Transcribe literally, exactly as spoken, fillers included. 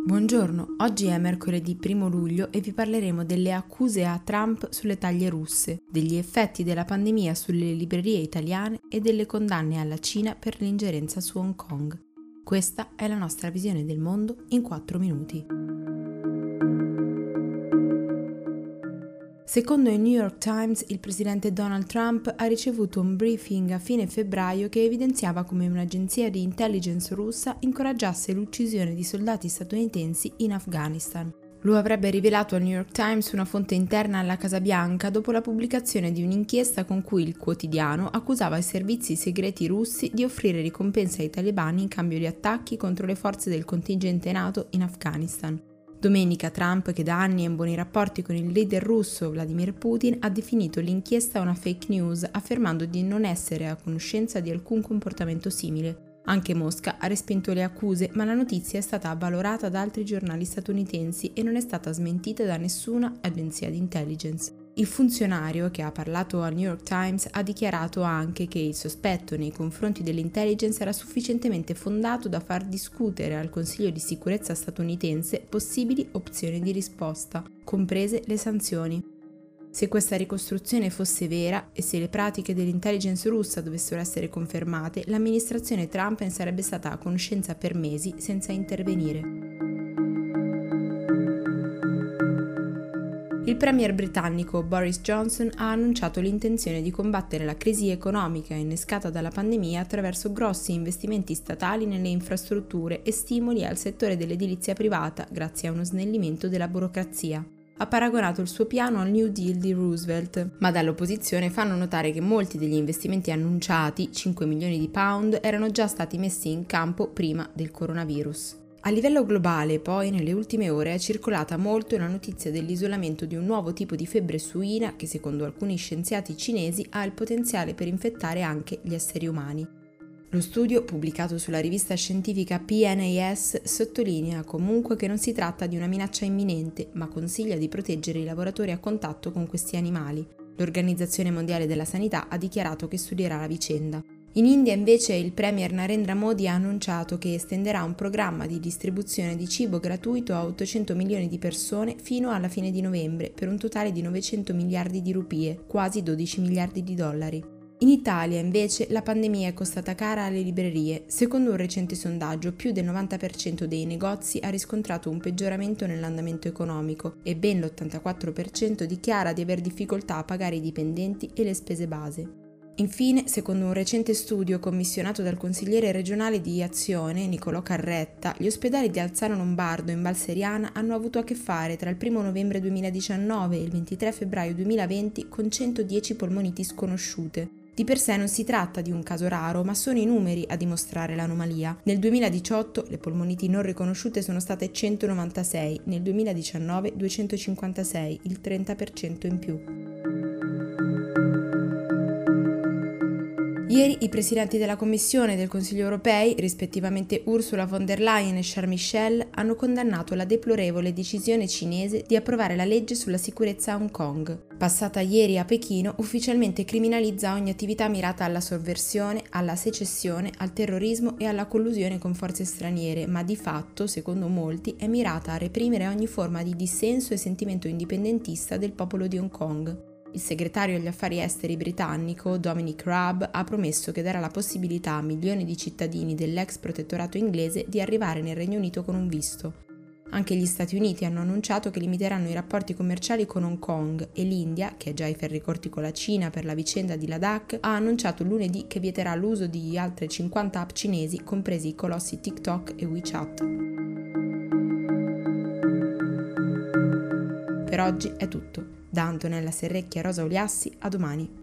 Buongiorno, oggi è mercoledì primo luglio e vi parleremo delle accuse a Trump sulle taglie russe, degli effetti della pandemia sulle librerie italiane e delle condanne alla Cina per l'ingerenza su Hong Kong. Questa è la nostra visione del mondo in quattro minuti. Secondo il New York Times, il presidente Donald Trump ha ricevuto un briefing a fine febbraio che evidenziava come un'agenzia di intelligence russa incoraggiasse l'uccisione di soldati statunitensi in Afghanistan. Lo avrebbe rivelato al New York Times una fonte interna alla Casa Bianca dopo la pubblicazione di un'inchiesta con cui il quotidiano accusava i servizi segreti russi di offrire ricompense ai talebani in cambio di attacchi contro le forze del contingente NATO in Afghanistan. Domenica Trump, che da anni è in buoni rapporti con il leader russo Vladimir Putin, ha definito l'inchiesta una fake news, affermando di non essere a conoscenza di alcun comportamento simile. Anche Mosca ha respinto le accuse, ma la notizia è stata avvalorata da altri giornali statunitensi e non è stata smentita da nessuna agenzia di intelligence. Il funzionario, che ha parlato al New York Times, ha dichiarato anche che il sospetto nei confronti dell'intelligence era sufficientemente fondato da far discutere al Consiglio di sicurezza statunitense possibili opzioni di risposta, comprese le sanzioni. Se questa ricostruzione fosse vera e se le pratiche dell'intelligence russa dovessero essere confermate, l'amministrazione Trump ne sarebbe stata a conoscenza per mesi senza intervenire. Il premier britannico Boris Johnson ha annunciato l'intenzione di combattere la crisi economica innescata dalla pandemia attraverso grossi investimenti statali nelle infrastrutture e stimoli al settore dell'edilizia privata grazie a uno snellimento della burocrazia. Ha paragonato il suo piano al New Deal di Roosevelt, ma dall'opposizione fanno notare che molti degli investimenti annunciati, cinque milioni di pound, erano già stati messi in campo prima del coronavirus. A livello globale, poi, nelle ultime ore è circolata molto la notizia dell'isolamento di un nuovo tipo di febbre suina che, secondo alcuni scienziati cinesi, ha il potenziale per infettare anche gli esseri umani. Lo studio, pubblicato sulla rivista scientifica P N A S, sottolinea comunque che non si tratta di una minaccia imminente, ma consiglia di proteggere i lavoratori a contatto con questi animali. L'Organizzazione Mondiale della Sanità ha dichiarato che studierà la vicenda. In India invece il premier Narendra Modi ha annunciato che estenderà un programma di distribuzione di cibo gratuito a ottocento milioni di persone fino alla fine di novembre, per un totale di novecento miliardi di rupie, quasi dodici miliardi di dollari. In Italia invece la pandemia è costata cara alle librerie. Secondo un recente sondaggio, più del novanta per cento dei negozi ha riscontrato un peggioramento nell'andamento economico e ben l'ottantaquattro per cento dichiara di aver difficoltà a pagare i dipendenti e le spese base. Infine, secondo un recente studio commissionato dal consigliere regionale di Azione, Nicolò Carretta, gli ospedali di Alzano Lombardo in Val Seriana hanno avuto a che fare tra il primo novembre duemiladiciannove e il ventitré febbraio duemilaventi con centodieci polmoniti sconosciute. Di per sé non si tratta di un caso raro, ma sono i numeri a dimostrare l'anomalia. Nel duemiladiciotto le polmoniti non riconosciute sono state centonovantasei, nel duemiladiciannove duecentocinquantasei, il trenta per cento in più. Ieri i presidenti della Commissione e del Consiglio europei, rispettivamente Ursula von der Leyen e Charles Michel, hanno condannato la deplorevole decisione cinese di approvare la legge sulla sicurezza a Hong Kong. Passata ieri a Pechino, ufficialmente criminalizza ogni attività mirata alla sovversione, alla secessione, al terrorismo e alla collusione con forze straniere, ma di fatto, secondo molti, è mirata a reprimere ogni forma di dissenso e sentimento indipendentista del popolo di Hong Kong. Il segretario agli affari esteri britannico Dominic Raab ha promesso che darà la possibilità a milioni di cittadini dell'ex protettorato inglese di arrivare nel Regno Unito con un visto. Anche gli Stati Uniti hanno annunciato che limiteranno i rapporti commerciali con Hong Kong e l'India, che è già ai ferri corti con la Cina per la vicenda di Ladakh, ha annunciato lunedì che vieterà l'uso di altre cinquanta app cinesi, compresi i colossi TikTok e WeChat. Per oggi è tutto. Da Antonella Serrecchia e Rosa Oliassi, a domani.